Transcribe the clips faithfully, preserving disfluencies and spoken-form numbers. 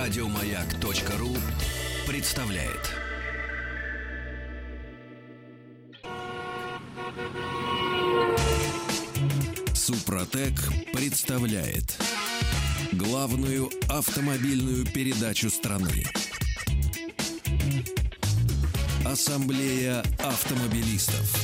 Радиомаяк.ру представляет. Супротек представляет главную автомобильную передачу страны. Ассамблея автомобилистов.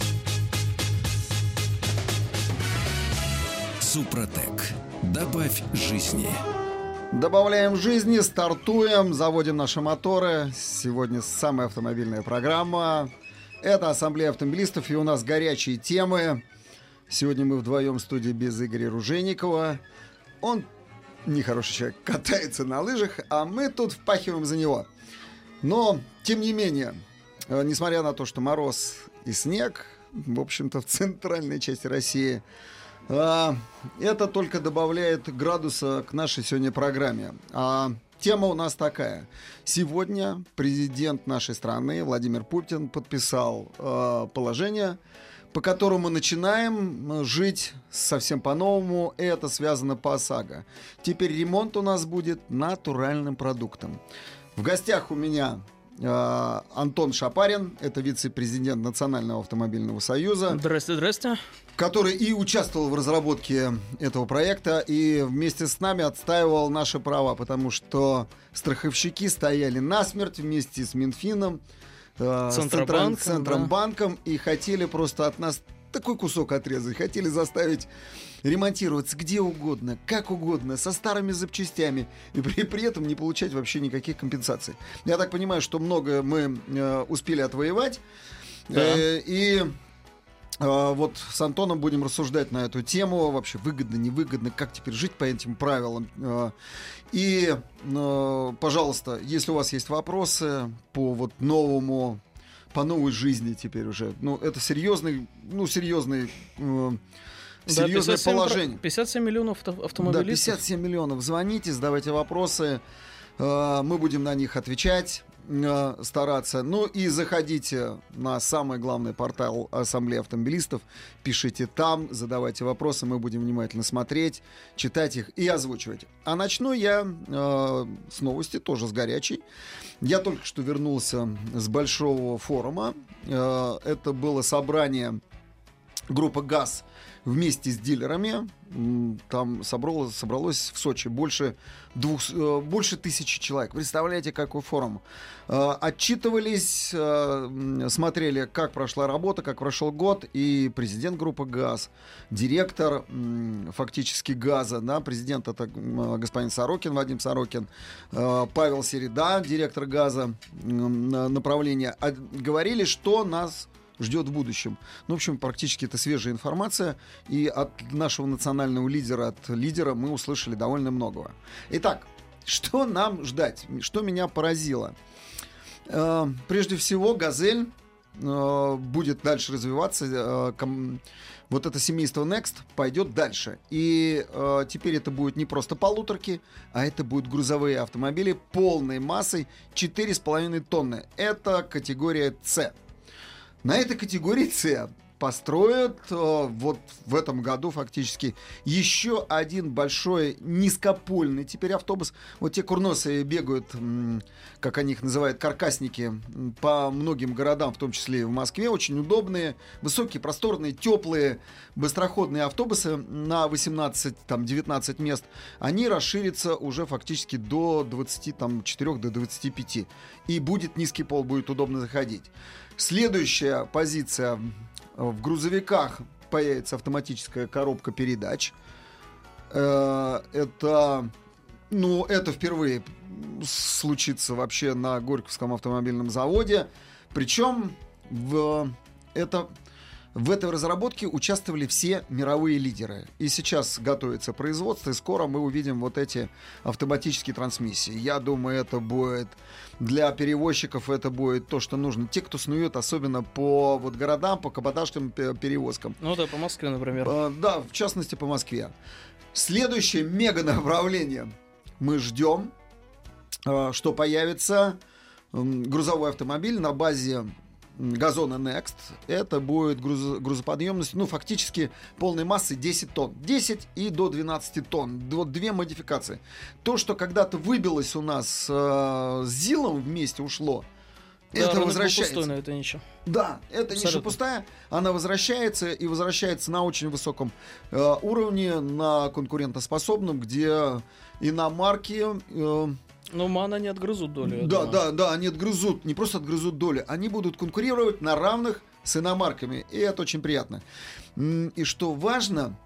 Супротек. Добавь жизни. Добавляем жизни, стартуем, заводим наши моторы. Сегодня самая автомобильная программа. Это Ассамблея автомобилистов, и у нас горячие темы. Сегодня мы вдвоем в студии без Игоря Ружейникова. Он нехороший человек, катается на лыжах, а мы тут впахиваем за него. Но, тем не менее, несмотря на то, что мороз и снег, в общем-то, в центральной части России, это только добавляет градуса к нашей сегодня программе. А тема у нас такая. Сегодня президент нашей страны Владимир Путин подписал э, положение, по которому мы начинаем жить совсем по-новому. И это связано по ОСАГО. Теперь ремонт у нас будет натуральным продуктом. В гостях у меня э, Антон Шапарин, это вице-президент Национального автомобильного союза. Здрасте, здрасте. Который и участвовал в разработке этого проекта, и вместе с нами отстаивал наши права, потому что страховщики стояли насмерть вместе с Минфином, э, Центробанком, с Центробанком, да. И хотели просто от нас такой кусок отрезать, хотели заставить ремонтироваться где угодно, как угодно, со старыми запчастями, и при, при этом не получать вообще никаких компенсаций. Я так понимаю, что много мы э, успели отвоевать, да. э, и... Вот с Антоном будем рассуждать на эту тему. Вообще выгодно, невыгодно, как теперь жить по этим правилам. И, пожалуйста, если у вас есть вопросы по вот новому, по новой жизни теперь уже, ну, это серьезный, ну, серьезный, серьезное да, положение. пятьдесят семь миллионов автомобилистов. Да, пятьдесят семь миллионов. Звоните, задавайте вопросы. Мы будем на них отвечать, стараться. Ну и заходите на самый главный портал Ассамблеи автомобилистов, пишите там, задавайте вопросы, мы будем внимательно смотреть, читать их и озвучивать. А начну я э, с новости, тоже с горячей. Я только что вернулся с большого форума. Э, это было собрание группы ГАЗ вместе с дилерами. Там собралось, собралось в Сочи больше, двух, больше тысячи человек. Представляете, какой форум. Отчитывались, смотрели, как прошла работа, как прошел год. И президент группы ГАЗ, директор фактически ГАЗа, да, президент это господин Сорокин, Вадим Сорокин, Павел Середа, директор ГАЗа направления, говорили, что нас ждет в будущем. Ну, в общем, практически это свежая информация. И от нашего национального лидера, от лидера мы услышали довольно многого. Итак, что нам ждать? Что меня поразило? Э, прежде всего, «Газель» э, будет дальше развиваться. Э, ком... Вот это семейство Next пойдет дальше. И э, теперь это будут не просто полуторки, а это будут грузовые автомобили полной массой четыре с половиной тонны. Это категория «С». На этой категории С построят э, вот в этом году фактически еще один большой низкопольный теперь автобус. Вот те курносые бегают, м, как они их называют, каркасники, м, по многим городам, в том числе и в Москве. Очень удобные, высокие, просторные, теплые, быстроходные автобусы на восемнадцать-девятнадцать мест. Они расширятся уже фактически до двадцати четырёх, до двадцати пяти. И будет низкий пол, будет удобно заходить. Следующая позиция. В грузовиках появится автоматическая коробка передач. Это, ну, это впервые случится вообще на Горьковском автомобильном заводе. Причем в, это, в этой разработке участвовали все мировые лидеры. И сейчас готовится производство, и скоро мы увидим вот эти автоматические трансмиссии. Я думаю, это будет... Для перевозчиков это будет то, что нужно. Те, кто снует, особенно по вот городам, по каботажным перевозкам. Ну да, по Москве, например. А, да, в частности, по Москве. Следующее мега направление мы ждем, что появится грузовой автомобиль на базе газона Next. Это будет груз, грузоподъемность, ну, фактически полной массы десять тонн. десять и до двенадцати тонн. Вот две модификации. То, что когда-то выбилось у нас э, с Зилом вместе ушло, Да, это рынок возвращается. был пустой на этой нише. Да, эта ниша Абсолютно. пустая, она возвращается и возвращается на очень высоком э, уровне, на конкурентоспособном, где иномарки... Э, Но МАНа не отгрызут долю. я да, думаю. да, да, они отгрызут, не просто отгрызут доли, они будут конкурировать на равных с иномарками, и это очень приятно. М, И что важно,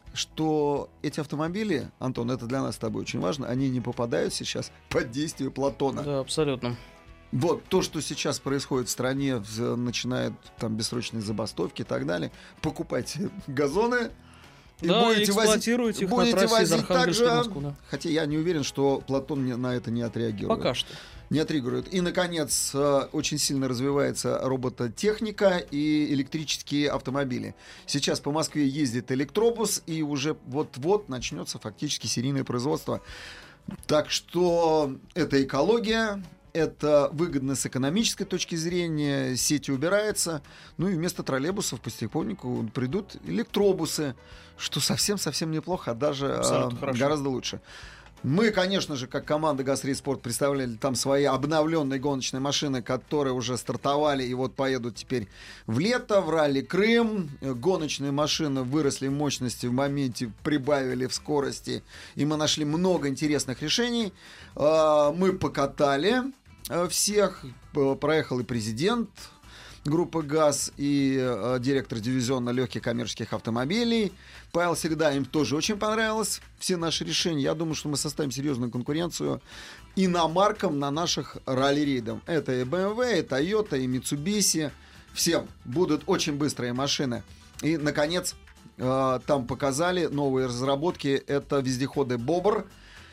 что эти автомобили, Антон, это для нас с тобой очень важно, они не попадают сейчас под действие Платона. Да, абсолютно. Вот то, что сейчас происходит в стране, в- начинает там бессрочные забастовки и так далее, покупайте газоны и Да, и будете возить, эксплуатируйте их на будете трассе из возить Архангельска в также, Москву, да. хотя я не уверен, что Платон не- на это не отреагирует. Пока что. Не отреагирует. И, наконец, э, очень сильно развивается робототехника и электрические автомобили. Сейчас по Москве ездит электробус, и уже вот-вот начнется фактически серийное производство. Так что это экология, это выгодно с экономической точки зрения, сети убирается, ну и вместо троллейбусов потихоньку придут электробусы, что совсем-совсем неплохо, а даже Абсолютно э, хорошо. гораздо лучше. Мы, конечно же, как команда «ГАЗ-Рейспорт» представляли там свои обновленные гоночные машины, которые уже стартовали и вот поедут теперь в лето, в ралли Крым. Гоночные машины выросли в мощности, в моменте прибавили в скорости, и мы нашли много интересных решений. А, Мы покатали а, всех, П- проехал и президент группы ГАЗ, и э, директор дивизиона легких коммерческих автомобилей. Павел Сегда, им тоже очень понравилось все наши решения. Я думаю, что мы составим серьезную конкуренцию иномаркам на наших ралли-рейдах. Это и бэ эм вэ, и Toyota, и Mitsubishi. Всем будут очень быстрые машины. И, наконец, э, там показали новые разработки. Это вездеходы «Бобр».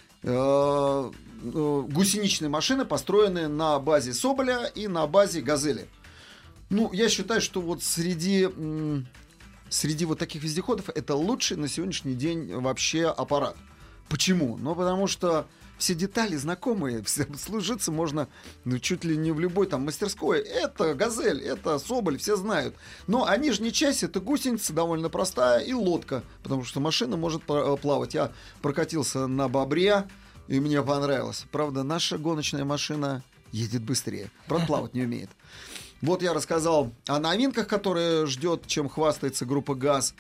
Э, э, гусеничные машины, построенные на базе Соболя и на базе «Газели». Ну, я считаю, что вот среди, м, среди вот таких вездеходов это лучший на сегодняшний день вообще аппарат. Почему? Ну, потому что все детали знакомые, все- служиться можно ну, чуть ли не в любой там мастерской. Это «Газель», это «Соболь», все знают. Но они же не часть, это гусеница довольно простая и лодка, потому что машина может пла- плавать. Я прокатился на «Бобре», и мне понравилось. Правда, наша гоночная машина едет быстрее. Правда, плавать не умеет. Вот я рассказал о новинках, которые ждет, чем хвастается группа ГАЗ.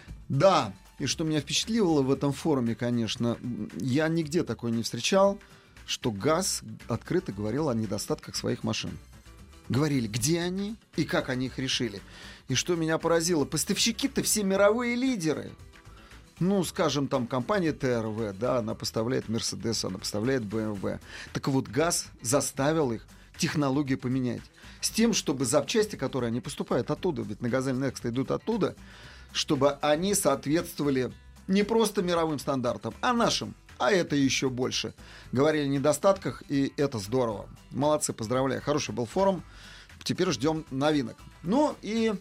Да, и что меня впечатлило в этом форуме, конечно, я нигде такое не встречал, что ГАЗ открыто говорил о недостатках своих машин. Говорили, где они и как они их решили. И что меня поразило, поставщики-то все мировые лидеры. Ну, скажем, там компания тэ эр вэ, да, она поставляет Mercedes, она поставляет бэ эм вэ. Так вот, ГАЗ заставил их технологию поменять. С тем, чтобы запчасти, которые они поступают оттуда, ведь на «Газель Next» идут оттуда, чтобы они соответствовали не просто мировым стандартам, а нашим. А это еще больше. Говорили о недостатках, и это здорово. Молодцы, поздравляю. Хороший был форум. Теперь ждем новинок. Ну и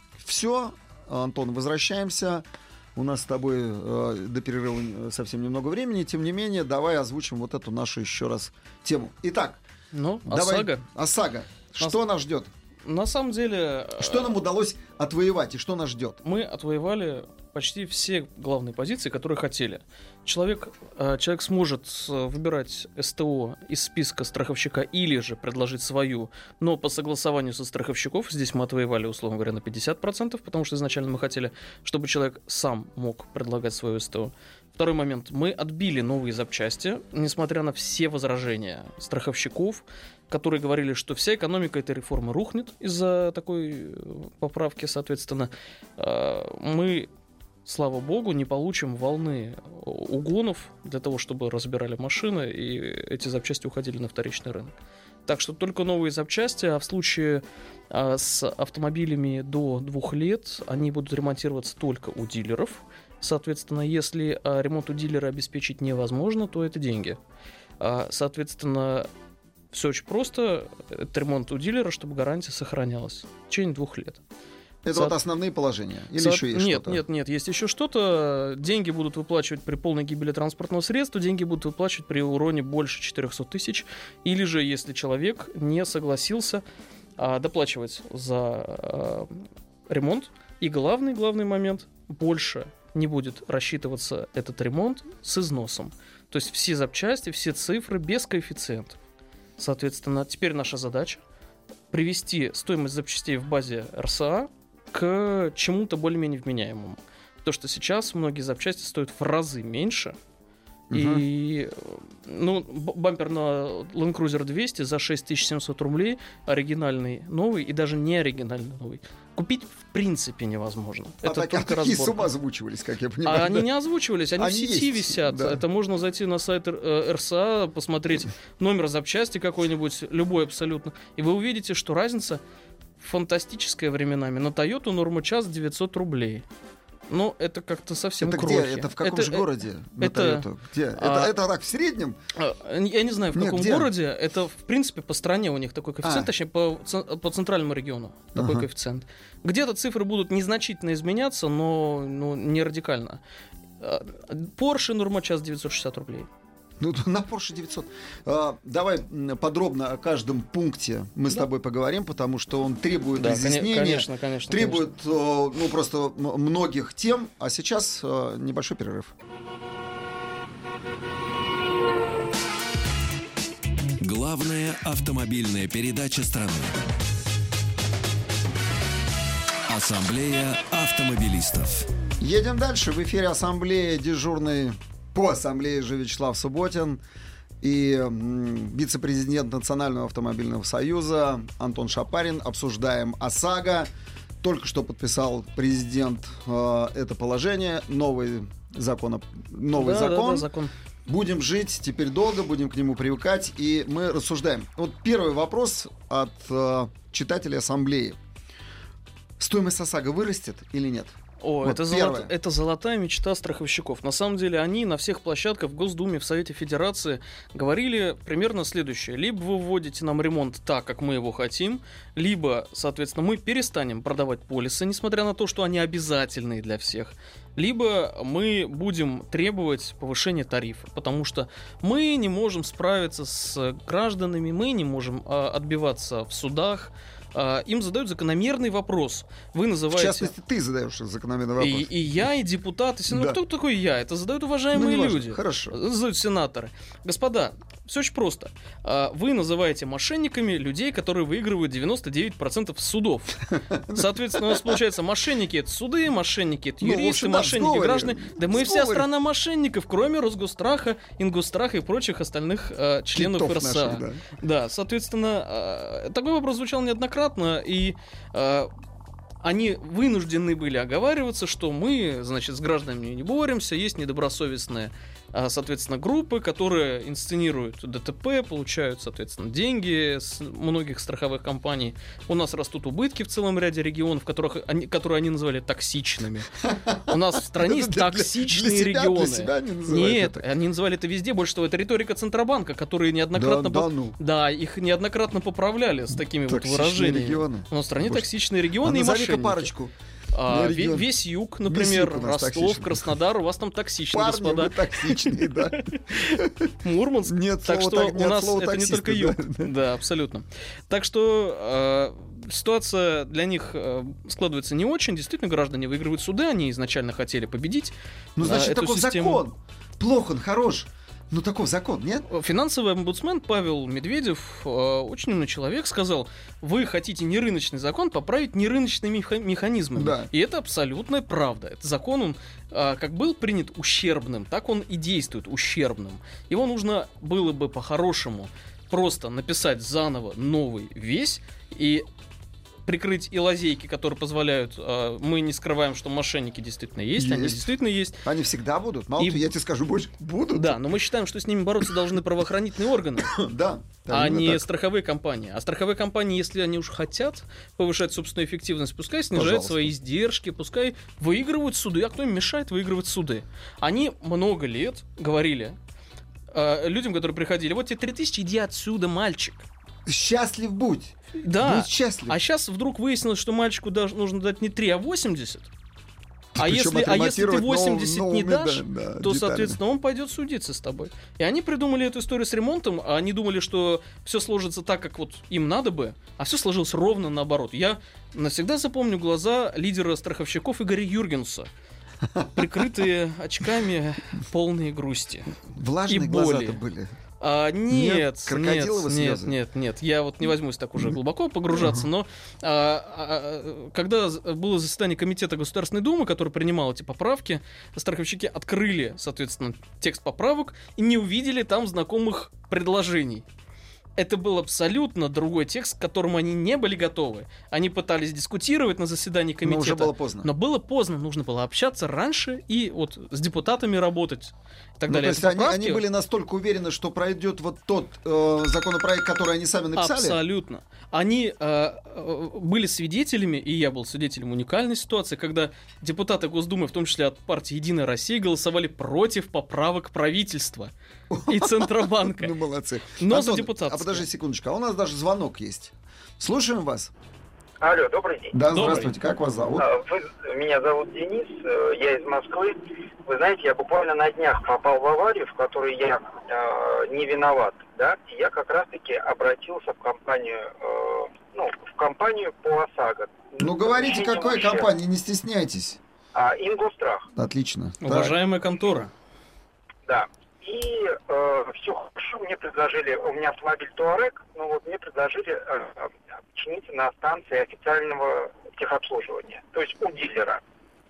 все, Антон, возвращаемся. У нас с тобой э, до перерыва совсем немного времени. Тем не менее, давай озвучим вот эту нашу еще раз тему. Итак, Ну, давай. ОСАГО. ОСАГО. Что нас ждет? На самом деле... Что э, нам удалось отвоевать и что нас ждет? Мы отвоевали почти все главные позиции, которые хотели. Человек, э, человек сможет э, выбирать эс тэ о из списка страховщика или же предложить свою, но по согласованию со страховщиков. Здесь мы отвоевали, условно говоря, на пятьдесят процентов, потому что изначально мы хотели, чтобы человек сам мог предлагать свою эс тэ о. Второй момент. Мы отбили новые запчасти, несмотря на все возражения страховщиков, которые говорили, что вся экономика этой реформы рухнет из-за такой э, поправки, соответственно. Э, мы, слава богу, не получим волны угонов для того, чтобы разбирали машины, и эти запчасти уходили на вторичный рынок. Так что только новые запчасти, а в случае а, с автомобилями до двух лет они будут ремонтироваться только у дилеров. Соответственно, если а, ремонт у дилера обеспечить невозможно, то это деньги. А, соответственно, все очень просто. Это ремонт у дилера, чтобы гарантия сохранялась в течение двух лет. Это Со- вот основные положения? Или Со- еще есть нет, что-то? нет, нет, есть еще что-то. Деньги будут выплачивать при полной гибели транспортного средства, деньги будут выплачивать при уроне больше четыреста тысяч, или же если человек не согласился а, доплачивать за а, ремонт. И главный, главный момент, больше не будет рассчитываться этот ремонт с износом. То есть все запчасти, все цифры без коэффициентов. Соответственно, теперь наша задача привести стоимость запчастей в базе эр эс а к чему-то более-менее вменяемому. То, что сейчас многие запчасти стоят в разы меньше. Uh-huh. И ну, бампер на Land Cruiser двести за шесть тысяч семьсот рублей, оригинальный новый и даже не оригинальный новый, купить в принципе невозможно. А это так, только а такие разборка. суммы озвучивались, как я понимаю. А да? они не озвучивались, они, они в сети есть, висят. да. Это можно зайти на сайт эр эс а, посмотреть номер запчасти какой-нибудь, любой абсолютно, и вы увидите, что разница фантастическая временами. На Toyota Норму-час девятьсот рублей. Ну, это как-то совсем это крохи. где? Это в каком это, же городе? Это, это, где? А, это, это так, в среднем? Я не знаю, в Нет, каком где? городе. Это, в принципе, по стране у них такой коэффициент, А. точнее, по, по центральному региону такой Ага. коэффициент. Где-то цифры будут незначительно изменяться, но ну, не радикально. Porsche Норма-час девятьсот шестьдесят рублей. Ну, на Porsche девятьсот. А, давай м, подробно о каждом пункте мы с Да. тобой поговорим, потому что он требует Да, разъяснения, конечно, конечно. требует э, ну, просто м- многих тем. А сейчас э, небольшой перерыв. Главная автомобильная передача страны. Ассамблея автомобилистов. Едем дальше. В эфире ассамблея, дежурный по ассамблее же Вячеслав Субботин и м, вице-президент Национального автомобильного союза Антон Шапарин. Обсуждаем ОСАГО. Только что подписал президент э, это положение. Новый закон. Новый Да, да, закон. да, закон. Будем жить теперь долго, будем к нему привыкать, и мы рассуждаем. Вот первый вопрос от э, читателей ассамблеи. Стоимость ОСАГО вырастет или нет? О, Вот это, первое. золот- это золотая мечта страховщиков. На самом деле они на всех площадках в Госдуме, в Совете Федерации говорили примерно следующее. Либо вы вводите нам ремонт так, как мы его хотим, либо, соответственно, мы перестанем продавать полисы, несмотря на то, что они обязательные для всех, либо мы будем требовать повышения тарифа, потому что мы не можем справиться с гражданами, мы не можем а, отбиваться в судах. А, им задают закономерный вопрос. Вы В называете... частности, ты задаешь закономерный вопрос. И, и я, и депутаты. Ну, Да. кто такой я? Это задают Ну, уважаемые неважно. люди. Хорошо. Задают сенаторы. Господа, все очень просто. А, Вы называете мошенниками людей, которые выигрывают девяносто девять процентов судов. Соответственно, у нас получается мошенники — это суды, мошенники — это Ну, в общем, юристы, да, в мошенники — сговоре. граждане. Да мы В вся сговоре. страна мошенников, кроме Росгосстраха, Ингосстраха и прочих остальных а, членов Китов эр эс а. наших, да. Да, соответственно, э, такой вопрос звучал неоднократно, и э, они вынуждены были оговариваться, что мы, значит, с гражданами не боремся, есть недобросовестные, э, соответственно, группы, которые инсценируют ДТП, получают, соответственно, деньги с многих страховых компаний. У нас растут убытки в целом ряде регионов, которых они, которые они называли токсичными. У нас в стране есть Это для- для токсичные себя, для регионы. себя они называют Нет, это. они называли это везде. Больше того, это риторика Центробанка, которые неоднократно... Да, по- да ну. Да, их неоднократно поправляли с такими вот Токсичные выражениями. регионы. У нас в стране Боже. токсичные А регионы и назови-ка мошенники. парочку. А, Ну, ве- регион. весь юг, например, Весь юг у нас Ростов, токсичный. Краснодар, у вас там токсично, Парни, господа. вы токсичные, да. Мурманск. Нет Так слова что так- у нет нас слова это не таксисты, только юг. да. Да, абсолютно. Так что э, ситуация для них э, складывается не очень. Действительно, граждане выигрывают суды, они изначально хотели победить. Ну, э, значит, эту такой систему. закон. Плох он, хорош. Ну, такой закон, нет? Финансовый омбудсмен Павел Медведев, э, очень умный человек, сказал: вы хотите нерыночный закон поправить нерыночными меха- механизмами. Да. И это абсолютная правда. Этот закон, он э, как был принят ущербным, так он и действует ущербным. Его нужно было бы по-хорошему просто написать заново новый весь и прикрыть и лазейки, которые позволяют. э, мы не скрываем, что мошенники действительно есть, они Есть. действительно есть. Они всегда будут. Мало И- того, я тебе скажу больше, будут. Да, но мы считаем, что с ними бороться должны правоохранительные органы. Да. А именно не так. страховые компании. А страховые компании, если они уж хотят повышать собственную эффективность, пускай снижают Пожалуйста. свои издержки, пускай выигрывают суды. А кто им мешает выигрывать суды? Они много лет говорили э, людям, которые приходили: вот тебе три тысячи, иди отсюда, мальчик. Счастлив будь. Да. Будь счастлив. А сейчас вдруг выяснилось, что мальчику даже нужно дать не три, а восемьдесят. А если, а если ты восемьдесят нов, не новыми, дашь, да, да, то, деталями. соответственно, он пойдет судиться с тобой. И они придумали эту историю с ремонтом, а они думали, что все сложится так, как вот им надо бы, а все сложилось ровно наоборот. Я навсегда запомню глаза лидера страховщиков Игоря Юргенса, прикрытые очками, полные грусти. Влажные и боли. глаза-то были. А, нет, нет, крокодиловы нет, слезы? нет, нет, я вот не возьмусь так уже глубоко погружаться, но а, а, когда было заседание Комитета Государственной Думы, который принимал эти поправки, страховщики открыли, соответственно, текст поправок и не увидели там знакомых предложений. Это был абсолютно другой текст, к которому они не были готовы. Они пытались дискутировать на заседании комитета. Но уже было поздно. Но было поздно, нужно было общаться раньше и вот с депутатами работать. И так Ну, далее. то есть они, они были настолько уверены, что пройдет вот тот э, законопроект, который они сами написали? Абсолютно. Они э, э, были свидетелями, и я был свидетелем уникальной ситуации, когда депутаты Госдумы, в том числе от партии «Единая Россия», голосовали против поправок правительства и Центробанка. Ну, молодцы. Но за депутатское. А подожди секундочку, а у нас даже звонок есть. Слушаем вас. Алло, добрый день. Да, Добрый. здравствуйте, как вас зовут? А, Вы, меня зовут Денис, э, я из Москвы. Вы знаете, я буквально на днях попал в аварию, в которой я э, не виноват, да, и я как раз-таки обратился в компанию, э, ну, в компанию по ОСАГО. Ну, говорите, Возмещение какой ущерба. компании, не стесняйтесь. А, Ингосстрах, Отлично. Так. Уважаемая контора. да. И э, все хорошо, мне предложили, у меня автомобиль Туарек, ну вот мне предложили э, чинить на станции официального техобслуживания, то есть у дилера.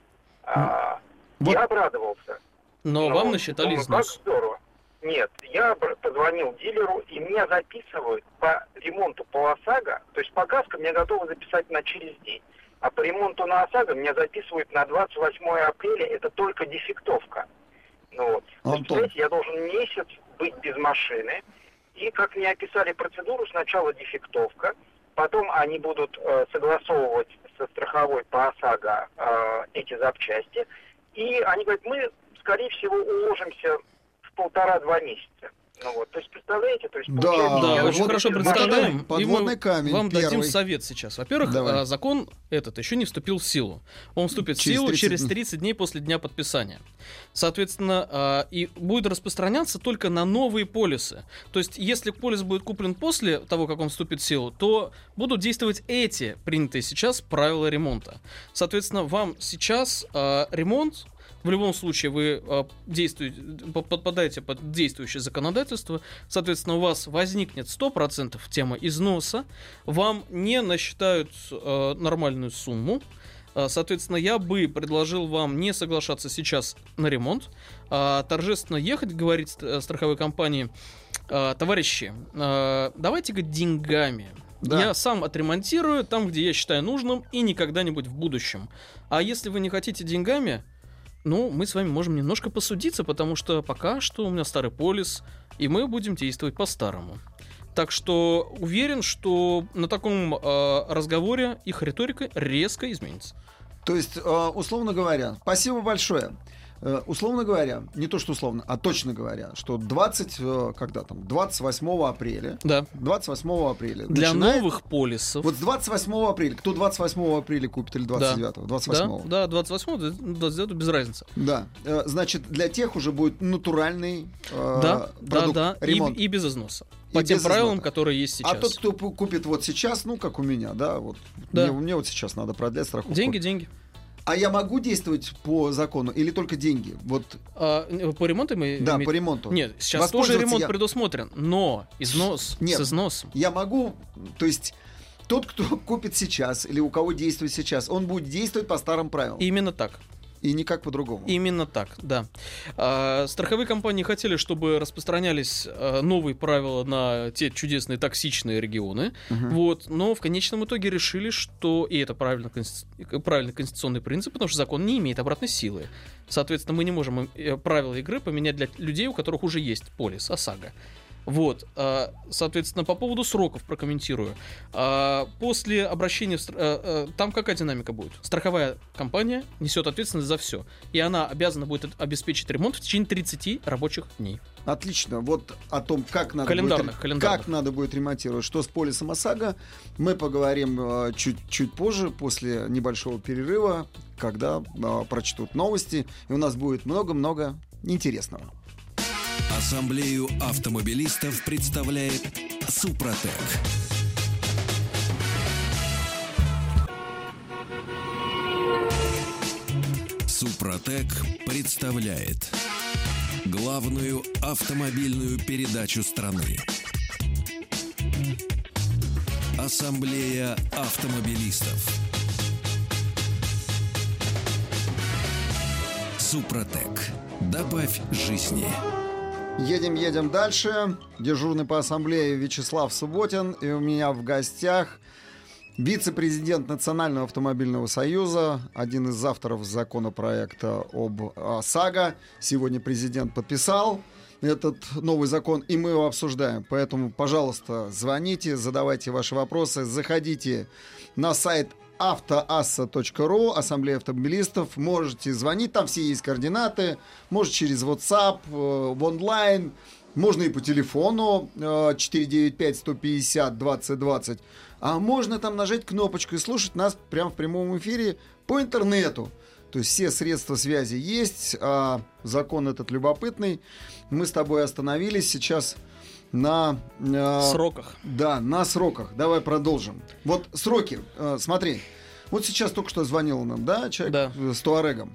А, Вот. Я обрадовался. Но Ну, вам насчитали думаю, износ. Как здорово. Нет, я бр- позвонил дилеру, и меня записывают по ремонту по ОСАГО, то есть по ГАСКО меня готовы записать на через день, а по ремонту на ОСАГО меня записывают на двадцать восьмое апреля, это только дефектовка. Ну вот. То есть, Антон. представляете, я должен месяц быть без машины, и как мне описали процедуру, сначала дефектовка, потом они будут э, согласовывать со страховой по ОСАГО э, эти запчасти, и они говорят, мы, скорее всего, уложимся в полтора-два месяца. Ну вот, то есть, представляете, то есть, Да, получается, Да, я очень вот хорошо без представляем. машины. Подводный И мы камень вам дадим первый. совет сейчас. Во-первых, Давай. а, закон этот еще не вступил в силу. Он вступит в Через силу тридцать через дней. тридцать дней после дня подписания. Соответственно, а, и будет распространяться только на новые полисы. То есть, если полис будет куплен после того, как он вступит в силу, то будут действовать эти принятые сейчас правила ремонта. Соответственно, вам сейчас а, ремонт, в любом случае вы э, действуете, по- подпадаете под действующее законодательство, соответственно, у вас возникнет сто процентов тема износа, вам не насчитают э, нормальную сумму, Э, соответственно, я бы предложил вам не соглашаться сейчас на ремонт, а торжественно ехать, говорить ст- страховой компании, э, товарищи, э, давайте-ка деньгами. Да. Я сам отремонтирую там, где я считаю нужным, и не когда-нибудь в будущем. А если вы не хотите деньгами, ну, мы с вами можем немножко посудиться, потому что пока что у меня старый полис, и мы будем действовать по-старому. Так что уверен, что на таком э, разговоре их риторика резко изменится. То есть, э, условно говоря, спасибо большое. Э, условно говоря, не то что условно, а точно говоря, что двадцать, э, когда там, двадцать восьмого апреля, Да. двадцать восьмого апреля Для начинает- новых полисов. Вот с двадцать восьмого апреля, кто двадцать восьмого апреля купит или двадцать девятого? двадцать восьмого. Да, да, двадцать восьмого, двадцать девятого, без разницы. Да. Э, Значит, для тех уже будет натуральный э, Да, да, продукт, да, и, ремонт. и без износа. И По тем без правилам, износа. которые есть сейчас. А тот, кто пу- купит вот сейчас, ну, как у меня, да, вот Да. Мне, мне вот сейчас надо продлять страховку. Деньги, деньги. А я могу действовать по закону или только деньги? Вот, А, по ремонту мы да, име- по ремонту. Нет, сейчас тоже Воспользоваться ремонт я- предусмотрен, но износ Нет. с износом. Я могу, то есть тот, кто купит сейчас или у кого действует сейчас, он будет действовать по старым правилам. И, Именно так. никак по-другому. Именно так, да. А, страховые компании хотели, чтобы распространялись а, новые правила на те чудесные токсичные регионы, Мгм. вот, но в конечном итоге решили, что, и это правильно, конститу- правильный конституционный принцип, потому что закон не имеет обратной силы. Соответственно, мы не можем э, правила игры поменять для людей, у которых уже есть полис ОСАГО. Вот, а, соответственно, по поводу сроков прокомментирую. А, после обращения, в стр- а, а, там какая динамика будет? Страховая компания несет ответственность за все, и она обязана будет обеспечить ремонт в течение тридцати рабочих дней. Отлично. Вот о том, как надо, Календарных, будет, календарных. как надо будет ремонтировать, что с полисом ОСАГО, мы поговорим э, чуть, чуть позже, после небольшого перерыва, когда э, прочтут новости, и у нас будет много-много интересного. Ассамблею автомобилистов представляет Супротек. Супротек представляет главную автомобильную передачу страны. Ассамблея автомобилистов. Супротек. Добавь жизни. Едем, едем дальше. Дежурный по ассамблее Вячеслав Субботин. И у меня в гостях вице-президент Национального автомобильного союза, один из авторов законопроекта об ОСАГО. Сегодня президент подписал этот новый закон, и мы его обсуждаем. Поэтому, пожалуйста, звоните, задавайте ваши вопросы, заходите на сайт автоасса точка ру, Ассамблея автомобилистов. Можете звонить, там все есть координаты. Может через WhatsApp, э, в онлайн. Можно и по телефону э, четыре девять пять сто пятьдесят двадцать двадцать. А можно там нажать кнопочку и слушать нас прямо в прямом эфире по интернету. То есть все средства связи есть. А закон этот любопытный. Мы с тобой остановились сейчас на э, сроках. Да, на сроках. Давай продолжим. Вот сроки. Э, смотри. Вот сейчас только что звонил нам, да, человек Да. с Туарегом.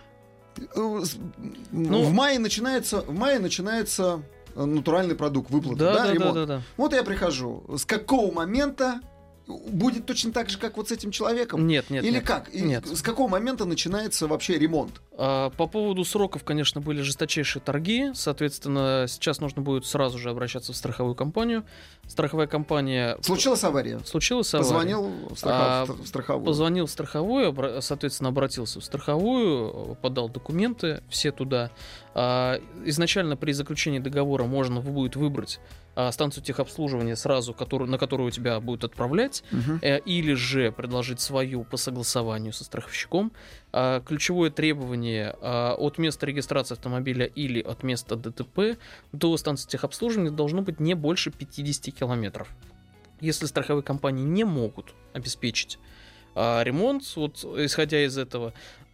Э, с- Ну, в мае начинается, в мае начинается э, натуральный продукт, выплата, Да, да, да, ремонт. да, да, да. Вот я прихожу. С какого момента будет точно так же, как вот с этим человеком? Нет, нет, Или нет. как? И Нет. с какого момента начинается вообще ремонт? А, По поводу сроков, конечно, были жесточайшие торги. Соответственно, сейчас нужно будет сразу же обращаться в страховую компанию. Страховая компания... Случилась авария? Случилась авария. Позвонил в, страхов- А, в страховую. Позвонил в страховую, обра- соответственно, обратился в страховую, подал документы, все туда. А, Изначально при заключении договора можно будет выбрать а, станцию техобслуживания сразу, которую, на которую тебя будут отправлять, Мгм. э, или же предложить свою по согласованию со страховщиком. А, Ключевое требование а, от места регистрации автомобиля или от места ДТП до станции техобслуживания должно быть не больше пятьдесят километров. Если страховые компании не могут обеспечить а, ремонт, вот исходя из этого,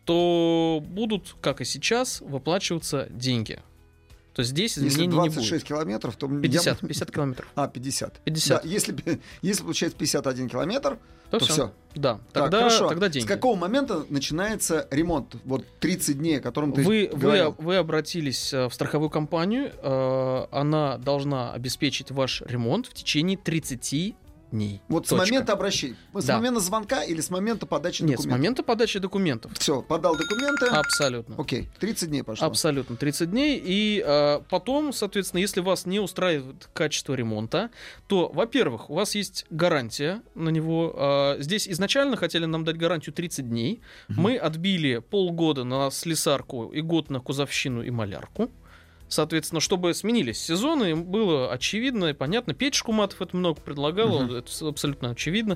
то будут, как и сейчас, выплачиваться деньги. То есть здесь Если изменений не двадцать шесть будет. километров, то... я- пятьдесят, пятьдесят километров. А, пятьдесят. пятьдесят. Да, если, если получается пятьдесят один километр, То, то все. все. Да, Так, тогда, хорошо. тогда деньги. С какого момента начинается ремонт? Вот тридцать дней, о котором ты Вы, вы, говорил. вы обратились э, в страховую компанию, э, она должна обеспечить ваш ремонт в течение тридцати дней. Вот с Точка. момента обращения. С Да. момента звонка или с момента подачи Нет, с документов? момента подачи документов. Все, подал документы. Абсолютно. Окей, тридцать дней пошло. Абсолютно, тридцать дней. И э, потом, соответственно, если вас не устраивает качество ремонта, то, во-первых, у вас есть гарантия на него. Э, здесь изначально хотели нам дать гарантию тридцать дней. Мы отбили полгода на слесарку и год на кузовщину и малярку. Соответственно, чтобы сменились сезоны, им было очевидно и понятно. Петя Шкуматов это много предлагал, Мгм. это абсолютно очевидно,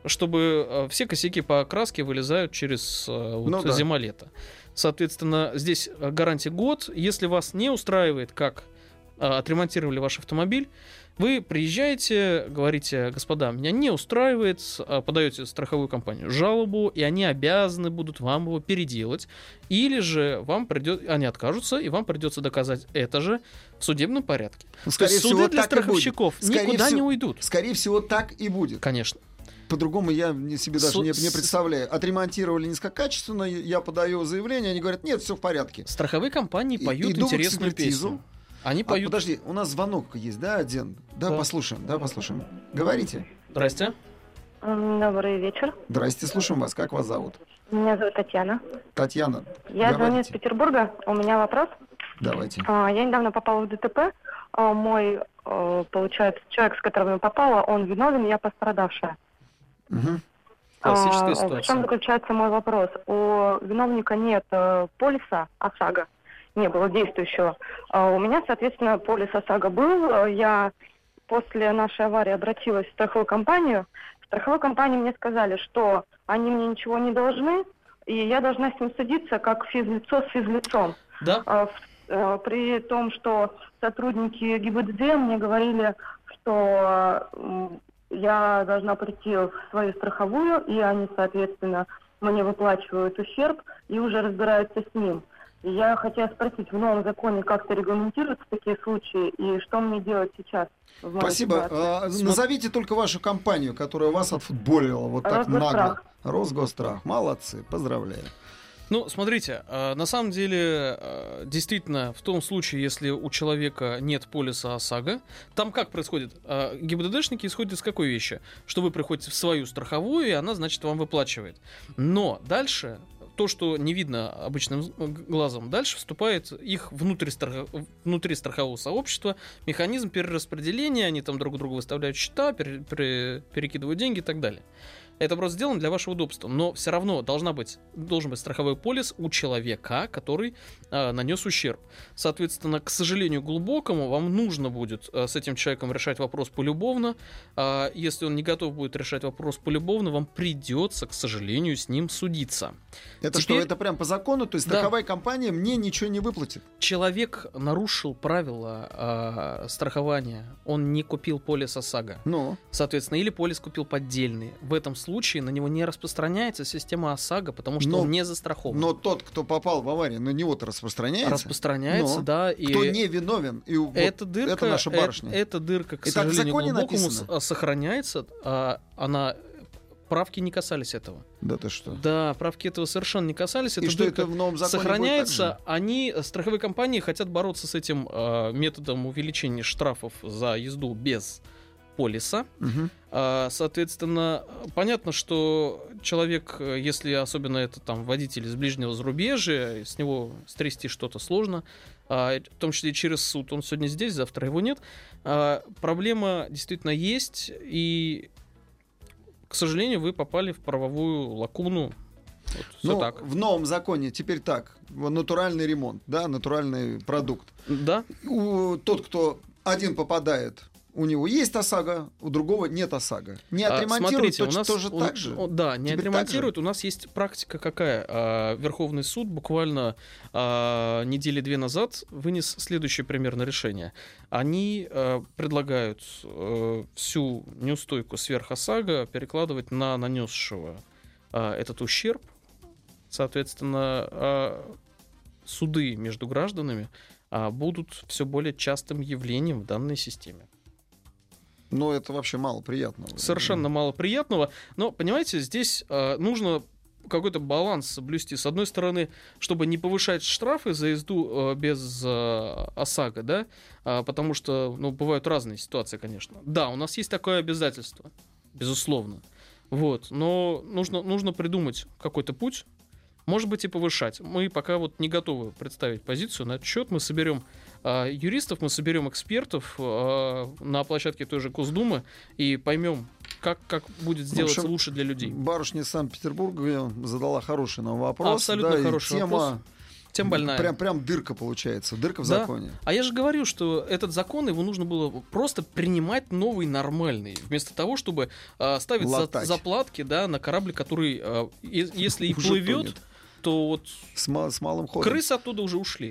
чтобы э, все косяки по окраске вылезают через э, вот, Ну да. зима-лето. Соответственно, здесь э, гарантия год. Если вас не устраивает, как э, отремонтировали ваш автомобиль, вы приезжаете, говорите: господа, меня не устраивает, э, подаете в страховую компанию жалобу, и они обязаны будут вам его переделать. Или же вам придет, они откажутся, и вам придется доказать это же в судебном порядке. Ну, То скорее есть всего, суды для так и будет. страховщиков Скорее никуда всего- не уйдут. Скорее всего, так и будет. Конечно. По-другому я не- себе даже Су- не, не с- представляю. Отремонтировали низкокачественно, я подаю заявление, они говорят: нет, все в порядке. Страховые компании И- поют иду в интересную экспертизу. песню. Они А, поют... подожди, у нас звонок есть, да, один? Да, Да. послушаем, да, послушаем. Говорите. Здрасте. М, Добрый вечер. Здрасте, слушаем вас. Как вас зовут? Меня зовут Татьяна. Татьяна. Я звоню из Говорите. Петербурга. У меня вопрос. Давайте. А, Я недавно попала в ДТП. А, Мой, э, получается, человек, с которым я попала, он виновен, я пострадавшая. Мгм. Классическая А, ситуация. В чем заключается мой вопрос? У виновника нет э, полиса ОСАГО, не было действующего. А у меня, соответственно, полис ОСАГО был. Я после нашей аварии обратилась в страховую компанию. В страховой компании мне сказали, что они мне ничего не должны, и я должна с ним судиться как физлицо с физлицом. Да. А, в, а, при том, что сотрудники ГИБДД мне говорили, что м, я должна прийти в свою страховую, и они, соответственно, мне выплачивают ущерб и уже разбираются с ним. И я хотела спросить, в новом законе как-то регламентируются такие случаи, и что мне делать сейчас? в моей Спасибо. ситуации? А, назовите только вашу компанию, которая вас отфутболила вот так нагло. Росгострах. Росгострах. Молодцы. Поздравляю. Ну, смотрите, э, на самом деле, э, действительно, в том случае, если у человека нет полиса ОСАГО, там как происходит? Э, ГИБДДшники исходят из какой вещи? Что вы приходите в свою страховую, и она, значит, вам выплачивает. Но дальше, то, что не видно обычным глазом, дальше вступает их внутристрах... внутристрахового сообщества, механизм перераспределения, они там друг другу выставляют счета, пере... Пере... перекидывают деньги и так далее. Это просто сделано для вашего удобства, но все равно должна быть, должен быть страховой полис у человека, который э, нанес ущерб. Соответственно, к сожалению глубокому, вам нужно будет э, с этим человеком решать вопрос полюбовно. Э, если он не готов будет решать вопрос полюбовно, вам придется, к сожалению, с ним судиться. Это Теперь... что, это прям по закону? То есть Да. страховая компания мне ничего не выплатит? Человек нарушил правила э, страхования, он не купил полис ОСАГО. Ну, Соответственно, или полис купил поддельный. В этом случае на него не распространяется система ОСАГО, потому что Но- он не застрахован. но тот, кто попал в аварию, на него-то распространяется. Распространяется, Но да. И Кто не виновен. И вот эта дырка, это наша э- барышня. эта дырка, к И так в сожалению, законе глубокому написано. с- сохраняется. А она правки не касались этого. Да ты что? Да, правки этого совершенно не касались. И Эта что дырка это в новом законе сохраняется. будет так же? Они, страховые компании, хотят бороться с этим э, методом увеличения штрафов за езду без полиса. Мгм. А, Соответственно, понятно, что человек, э, если особенно это там водитель из ближнего зарубежья, с него стрясти что-то сложно, а, в том числе и через суд. Он сегодня здесь, завтра его нет. А, Проблема действительно есть, и, к сожалению, вы попали в правовую лакуну. Вот, всё Ну, так. в новом законе теперь так. Вот натуральный ремонт, да, натуральный продукт. Да? У, тот, кто один попадает, у него есть ОСАГО, у другого нет ОСАГО. Не А, отремонтируют, смотрите, у точно нас тоже у- так же. о, да, не Теперь отремонтируют. У нас есть практика какая? А, Верховный суд буквально а, недели две назад вынес следующее примерно решение. Они а, предлагают а, всю неустойку сверх ОСАГО перекладывать на нанесшего а, этот ущерб. Соответственно, а, суды между гражданами а, будут все более частым явлением в данной системе. Но это вообще мало приятного. Совершенно мало приятного. Но, понимаете, здесь э, нужно какой-то баланс соблюсти. С одной стороны, чтобы не повышать штрафы за езду э, без э, ОСАГО, да, а, потому что, ну, бывают разные ситуации, конечно. Да, у нас есть такое обязательство, безусловно. Вот, но нужно, нужно придумать какой-то путь, может быть, и повышать. Мы пока вот не готовы представить позицию на этот счет. Мы соберем э, юристов, мы соберем экспертов э, на площадке той же Госдумы и поймем, как, как будет сделаться общем, лучше для людей. Барышня из Санкт-Петербурга задала хороший нам вопрос. Абсолютно да, и хороший тема, вопрос. Тем больная. Прям, прям дырка получается, дырка в Да. законе. А я же говорю, что этот закон, его нужно было просто принимать новый, нормальный. Вместо того, чтобы э, ставить за- Латать. заплатки, да, на корабль, который, э, е- если и Уже плывет, тонет. то вот С, ма- с малым ходом. крысы оттуда уже ушли.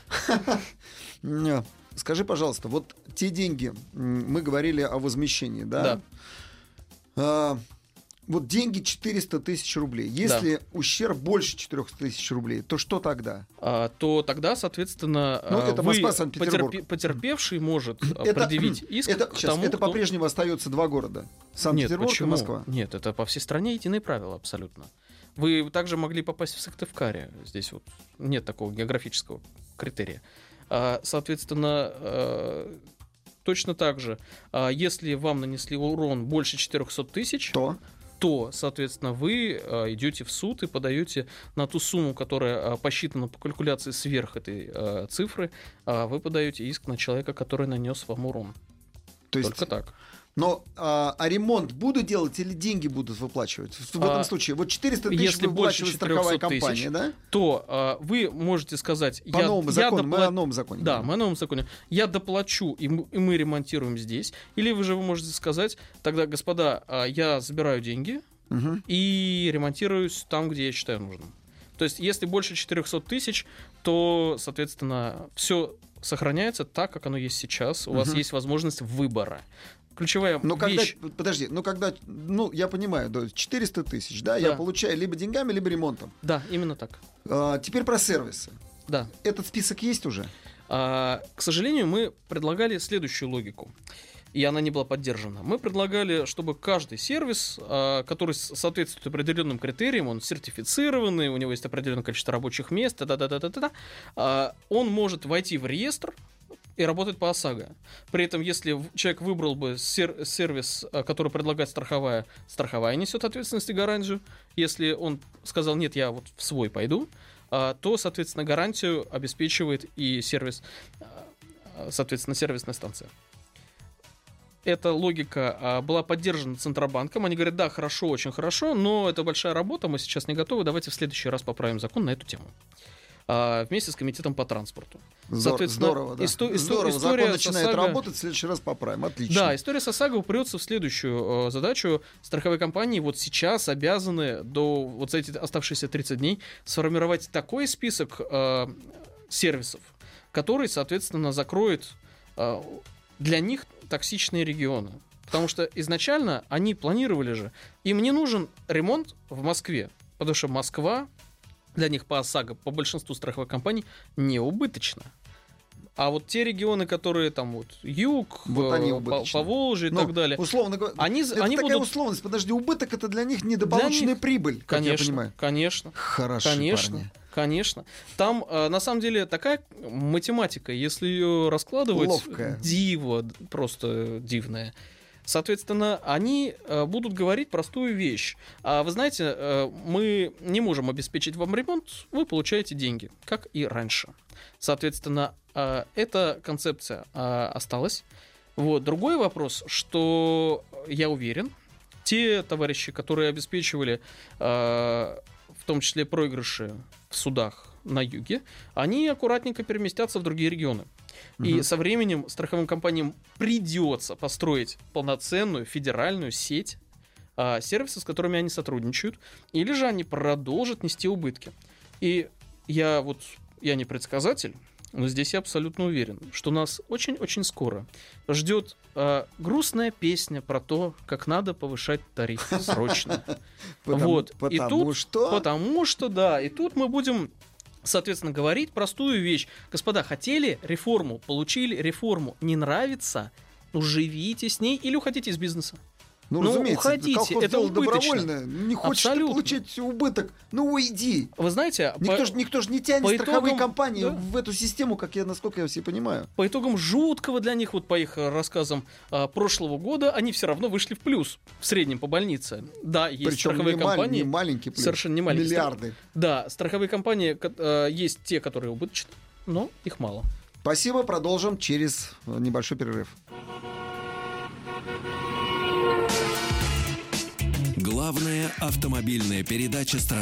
Не. Скажи, пожалуйста, вот те деньги, м, мы говорили о возмещении, да? Да. А, вот деньги четыреста тысяч рублей. Если ущерб больше четыреста тысяч рублей, то что тогда? а, то тогда, соответственно, Ну, а, это вы, Москва, Санкт-Петербург. потерпе- потерпевший может а, Это- предъявить иск Это, к щас, тому, это кто- по-прежнему остается два города. Нет, Санкт-Петербург и почему? Москва. Нет, это по всей стране единые правила абсолютно. Вы также могли попасть в Сыктывкаре. Здесь вот нет такого географического критерия. А, Соответственно, э, точно так же, а, если вам нанесли урон больше четырехсот тысяч, То? то, соответственно, вы э, идете в суд и подаете на ту сумму, которая э, посчитана по калькуляции сверх этой э, цифры, э, вы подаете иск на человека, который нанес вам урон. То есть... Только так. Но а, а ремонт буду делать или деньги будут выплачивать? В, в этом а, случае, вот четыреста тысяч если выплачивает страховая компания, тысяч, да? То а, вы можете сказать... По я, новому я закону, допла... мы о новом законе. Да, говорим. мы о новом законе. Я доплачу, и мы, и мы ремонтируем здесь. Или вы же вы можете сказать, тогда, господа, а, я забираю деньги Угу. и ремонтируюсь там, где я считаю нужным. То есть, если больше четыреста тысяч, то, соответственно, все сохраняется так, как оно есть сейчас. У Угу. вас есть возможность выбора. Ключевая Ну, когда, вещь... подожди, ну, когда, ну, я понимаю, да, четыреста тысяч, да, Да. я получаю либо деньгами, либо ремонтом. Да, именно так. А, теперь про сервисы. Да. Этот список есть уже? А, к сожалению, мы предлагали следующую логику, и она не была поддержана. Мы предлагали, чтобы каждый сервис, а, который с- соответствует определенным критериям, он сертифицированный, у него есть определенное количество рабочих мест, да-да-да-да-да, а, он может войти в реестр и работать по ОСАГО. При этом, если в- человек выбрал бы сер- сервис, а, который предлагает страховая, страховая несет ответственность и гарантию. Если он сказал, нет, я вот в свой пойду, а, то, соответственно, гарантию обеспечивает и сервис, а, соответственно, сервисная станция. Эта логика а, была поддержана Центробанком. Они говорят, да, хорошо, очень хорошо, но это большая работа, мы сейчас не готовы, давайте в следующий раз поправим закон на эту тему. А, вместе с комитетом по транспорту. Здор- Соответственно, Здорово, да. исто- исто- Здорово, история закон начинает с ОСАГО- работать, в следующий раз поправим. Отлично. Да, история с ОСАГО упрется в следующую э, задачу. Страховые компании вот сейчас обязаны до вот за эти оставшиеся тридцать дней сформировать такой список э, сервисов, который, соответственно, закроет э, для них токсичные регионы. Потому что изначально они планировали же, им не нужен ремонт в Москве, потому что Москва для них по ОСАГО, по большинству страховых компаний, не убыточна. А вот те регионы, которые там вот юг, Вот они э, убыточны. по, Поволжье и Ну, так далее, условно говоря, они, это они такая будут... условность. Подожди, убыток это для них недополученная них, прибыль, как Конечно, я понимаю. конечно. Хорошо, Конечно, парни. конечно. Там, э, на самом деле, такая математика, если ее раскладывать, Ловкая. диво, просто дивное. Соответственно, они э, будут говорить простую вещь. А вы знаете, э, мы не можем обеспечить вам ремонт, вы получаете деньги, как и раньше. Соответственно, э, эта концепция э, осталась. Вот. Другой вопрос, что я уверен, те товарищи, которые обеспечивали э, в том числе проигрыши в судах на юге, они аккуратненько переместятся в другие регионы. И Мгм. со временем страховым компаниям придется построить полноценную федеральную сеть а, сервисов, с которыми они сотрудничают, или же они продолжат нести убытки. И я вот, я не предсказатель, но здесь я абсолютно уверен, что нас очень-очень скоро ждет а, грустная песня про то, как надо повышать тариф срочно. Потому, Вот. И потому тут- что... Потому что, да, и тут мы будем, соответственно, говорить простую вещь. Господа, хотели реформу, получили реформу, не нравится, ну живите с ней или уходите из бизнеса. Ну, ну, разумеется, уходите, колхоз это дело убыточно. добровольное. Не хочешь ты Абсолютно. получить убыток, ну уйди. Вы знаете, Никто, по, ж, никто ж не тянет по страховые итогам- компании да. в эту систему, как я, насколько я все понимаю. по итогам жуткого для них, вот по их э, рассказам а, прошлого года, они все равно вышли в плюс в среднем по больнице. Да, есть Причем страховые не, маль- компании. не маленький плюс. совершенно не маленький. Миллиарды. Да, страховые компании ко- э, есть те, которые убыточны, но их мало. Спасибо, продолжим через э, небольшой перерыв. Главная автомобильная передача страны.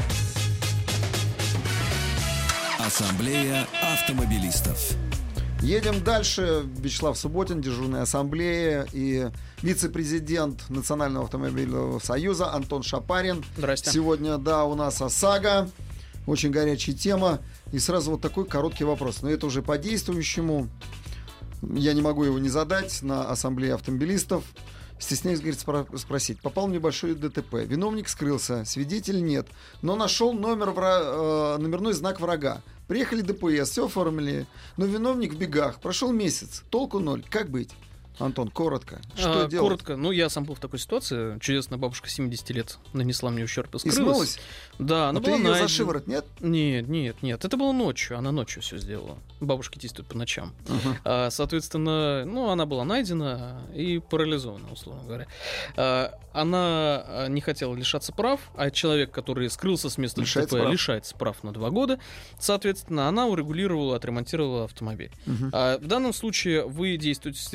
Ассамблея автомобилистов. Едем дальше. Вячеслав Субботин, дежурная ассамблея, и вице-президент Национального автомобильного союза Антон Шапарин. Здрасте. Сегодня, да, у нас ОСАГО. Очень горячая тема. И сразу вот такой короткий вопрос. Но это уже по действующему. Я не могу его не задать на ассамблее автомобилистов. Стесняюсь, говорит, спро- спросить. Попал в небольшое ДТП. Виновник скрылся, свидетель нет. Но нашел номер вра- э, номерной знак врага. Приехали ДПС, все оформили. Но виновник в бегах. Прошел месяц. Толку ноль. Как быть? Антон, коротко. Что А, делать? коротко, ну я сам был в такой ситуации. Чудесная бабушка семидесяти лет нанесла мне ущерб и И скрылась. смылась? Да, она Но ты была ее за найдена. шиворот, нет? Нет, нет, нет. Это было ночью. Она ночью все сделала. Бабушки действуют по ночам. Ага. А, соответственно, ну, она была найдена и парализована, условно говоря. А, она а, не хотела лишаться прав, а человек, который скрылся с места Лишается ДТП, прав. лишается прав на два года. Соответственно, она урегулировала, отремонтировала автомобиль. Мгм. А, в данном случае вы действуете следующим образом.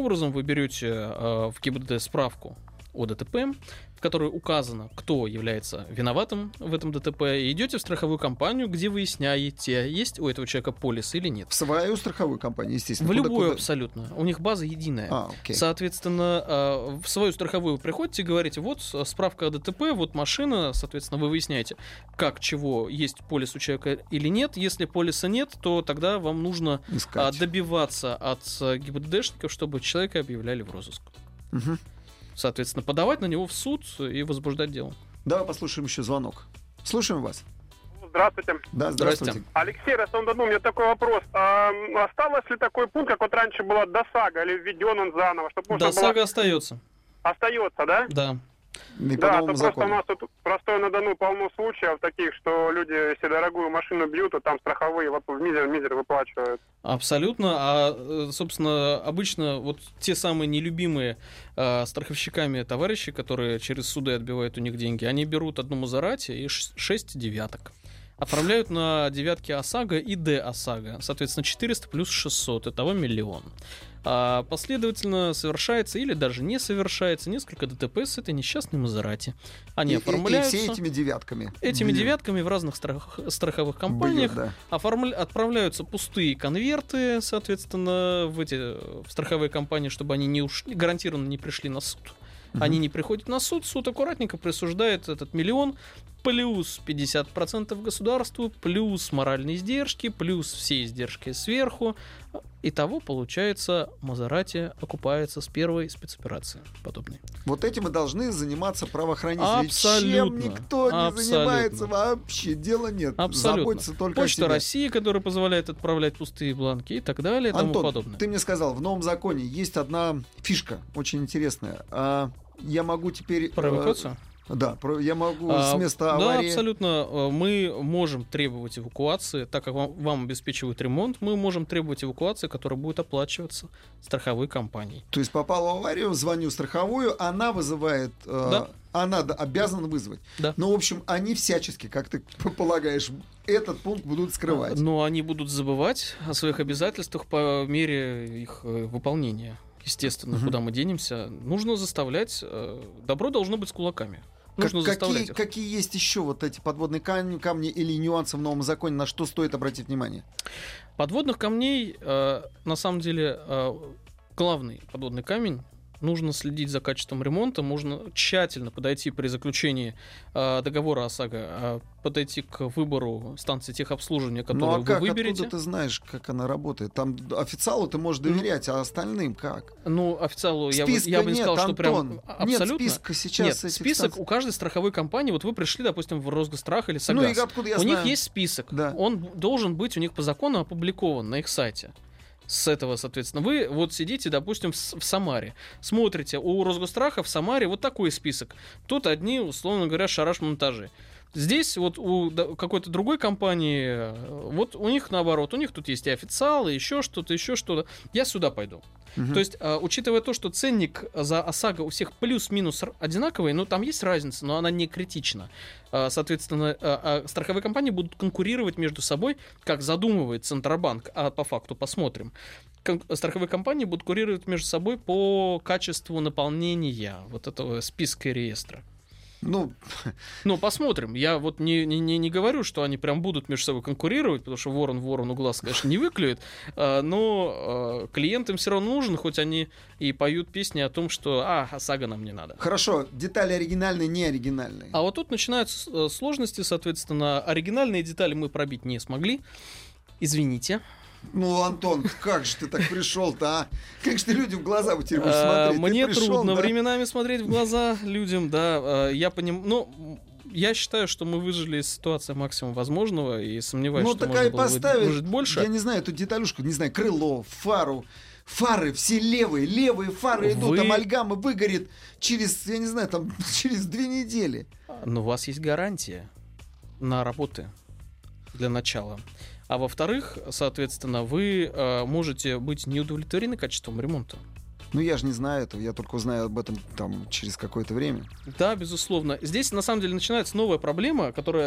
образом вы берете э, в ГИБДД справку о ДТП, в которой указано, кто является виноватым в этом ДТП, и идете в страховую компанию, где выясняете, есть у этого человека полис или нет. В свою страховую компанию, естественно. В Куда- любую куда? абсолютно. У них база единая. А, окей. Соответственно, э, в свою страховую вы приходите и говорите, вот э, справка о ДТП, вот машина, соответственно, вы выясняете, как, чего, есть полис у человека или нет. Если полиса нет, то тогда вам нужно а, Искать. добиваться от э, ГИБДДшников, чтобы человека объявляли в розыск. Мгм. Соответственно, подавать на него в суд и возбуждать дело. Давай послушаем еще звонок. Слушаем вас. Здравствуйте. Да, здравствуйте. Алексей, Ростов-на-Дону, у меня такой вопрос. А, осталось ли такой пункт, как вот раньше была ДОСАГО, или введен он заново? Чтобы можно ДОСАГО было... остается. Остается, да? Да. И по Да, то новому просто у закону. нас тут простой на Дону полно случаев таких, что люди, если дорогую машину бьют, то там страховые воп- в мизер, мизер выплачивают. Абсолютно. А, э, собственно, обычно вот те самые нелюбимые э, страховщиками товарищи, которые через суды отбивают у них деньги, они берут одну Мазерати и ш- шесть девяток. Оформляют на девятки ОСАГО и Д ОСАГО. Соответственно, четыреста плюс шестьсот. Итого миллион. А последовательно совершается или даже не совершается несколько ДТП с этой несчастной Мазерати. Они И- и- оформляются И все этими девятками. этими Бьют. девятками в разных страх- страховых компаниях. Бьют, да. Оформля- отправляются пустые конверты, соответственно, в эти в страховые компании, чтобы они не ушли, гарантированно не пришли на суд. Мгм. Они не приходят на суд, суд аккуратненько присуждает этот миллион, плюс пятьдесят процентов государству, плюс моральные издержки, плюс все издержки сверху. Итого, получается, Мазерати окупается с первой спецоперации подобной. Вот этим и должны заниматься правоохранители. Абсолютно. Чем никто не Абсолютно. занимается вообще, дела нет. Абсолютно. Заботится только о Почта себе. России, которая позволяет отправлять пустые бланки и так далее и тому Антон, подобное. ты мне сказал, в новом законе есть одна фишка, очень интересная. А, я могу теперь... Про э, эвакуацию? Да, про- я могу А, с места Да, аварии... абсолютно. Э, Мы можем требовать эвакуации, так как вам, вам обеспечивают ремонт, мы можем требовать эвакуации, которая будет оплачиваться страховой компанией. То есть попал в аварию, звоню в страховую, она вызывает... э, Да. Она да, обязана вызвать. Да. Ну, в общем, они всячески, как ты полагаешь, этот пункт будут скрывать. Но они будут забывать о своих обязательствах по мере их э, выполнения. Естественно, Мгм. куда мы денемся. Нужно заставлять. э, Добро должно быть с кулаками. Как- Нужно какие, заставлять их. какие есть еще вот эти подводные камни, камни или нюансы в новом законе, на что стоит обратить внимание? Подводных камней, э, на самом деле, э, главный подводный камень. Нужно следить за качеством ремонта, можно тщательно подойти при заключении э, договора ОСАГО, э, подойти к выбору станции техобслуживания, которую Ну а вы как, выберете. откуда ты знаешь, как она работает? Там официалу ты можешь доверять, а остальным как? Ну, официалу я, бы- Списка я бы не нет, сказал, что Антон. прям абсолютно. Нет списка сейчас Нет, этих список станций. у каждой страховой компании. Вот вы пришли, допустим, в Росгострах или Ну и Согаз. откуда я у знаю? них есть список. Да. Он б- должен быть у них по закону опубликован на их сайте. С этого, соответственно, вы вот сидите, допустим, в, С- в Самаре, смотрите, у Росгостраха в Самаре вот такой список. Тут одни, условно говоря, шараш-монтажи. Здесь вот у да- какой-то другой компании, э, вот у них наоборот, у них тут есть и официалы, еще что-то, еще что-то. Я сюда пойду. Мгм. То есть, э, учитывая то, что ценник за ОСАГО у всех плюс-минус р- одинаковый, ну там есть разница, но она не критична. Э, Соответственно, э, а страховые компании будут конкурировать между собой, как задумывает Центробанк, а по факту посмотрим. Кон- страховые компании будут конкурировать между собой по качеству наполнения вот этого списка и реестра. Ну, Ну, посмотрим. Я вот не, не, не не говорю, что они прям будут между собой конкурировать, потому что ворон ворону глаз, конечно, не выклюет, а, но а, клиент им все равно нужен, хоть они и поют песни о том, что «а, ОСАГО нам не надо». хорошо, детали оригинальные, не оригинальные. А вот тут начинаются э, сложности, соответственно, оригинальные детали мы пробить не смогли. Извините. Ну, Антон, как же ты так пришел-то, а? Как же ты людям в глаза вот теперь будешь А, смотреть? Ты Мне пришел, трудно да? временами смотреть в глаза людям, да. а, Я понимаю, ну, я считаю, что мы выжили из ситуации максимум возможного и сомневаюсь, Ну, что такая можно было вы- поставить, выжить больше. я не знаю, эту деталюшку, не знаю, крыло, фару, фары все левые, левые фары идут, Вы- амальгама выгорит через, я не знаю, там, через две недели. Но у вас есть гарантия на работы для начала. А во-вторых, соответственно, вы э, можете быть не удовлетворены качеством ремонта. Ну, я же не знаю этого, я только узнаю об этом там через какое-то время. Да, безусловно. Здесь, на самом деле, начинается новая проблема, которая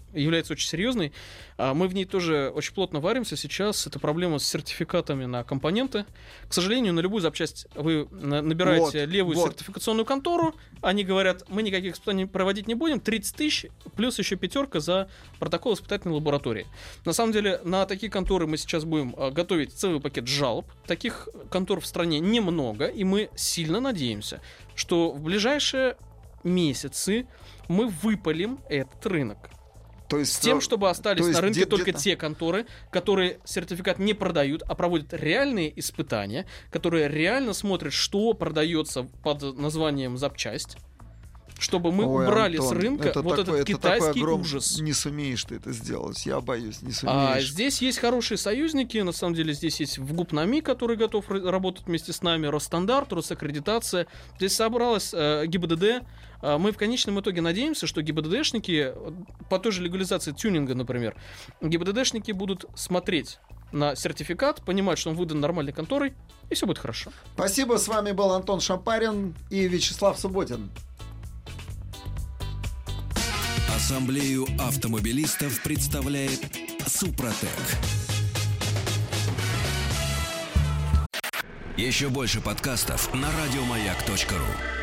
является очень серьезной. Мы в ней тоже очень плотно варимся сейчас. Это проблема с сертификатами на компоненты. К сожалению, на любую запчасть вы набираете вот, левую вот. сертификационную контору, они говорят, мы никаких испытаний проводить не будем, тридцать тысяч, плюс еще пятерка за протокол испытательной лаборатории. На самом деле, на такие конторы мы сейчас будем готовить целый пакет жалоб. Таких контор в стране немного, и мы сильно надеемся, что в ближайшие месяцы мы выпалим этот рынок. То есть, с тем, чтобы остались на рынке где-то... только те конторы, которые сертификат не продают, а проводят реальные испытания, которые реально смотрят, что продается под названием запчасть, чтобы мы Ой, убрали Антон, с рынка вот такой, этот китайский огром... ужас. Не сумеешь ты это сделать, я боюсь, не сумеешь. А здесь есть хорошие союзники, на самом деле здесь есть ВГУП-НАМИ, который готов работать вместе с нами, Росстандарт, Росаккредитация. Здесь собралась э, ГИБДД. Э, мы в конечном итоге надеемся, что ГИБДДшники, по той же легализации тюнинга, например, ГИБДДшники будут смотреть на сертификат, понимать, что он выдан нормальной конторой, и все будет хорошо. Спасибо, с вами был Антон Шампарин и Вячеслав Субботин. Ассамблею автомобилистов представляет Супротек. Еще больше подкастов на радиомаяк точка ру.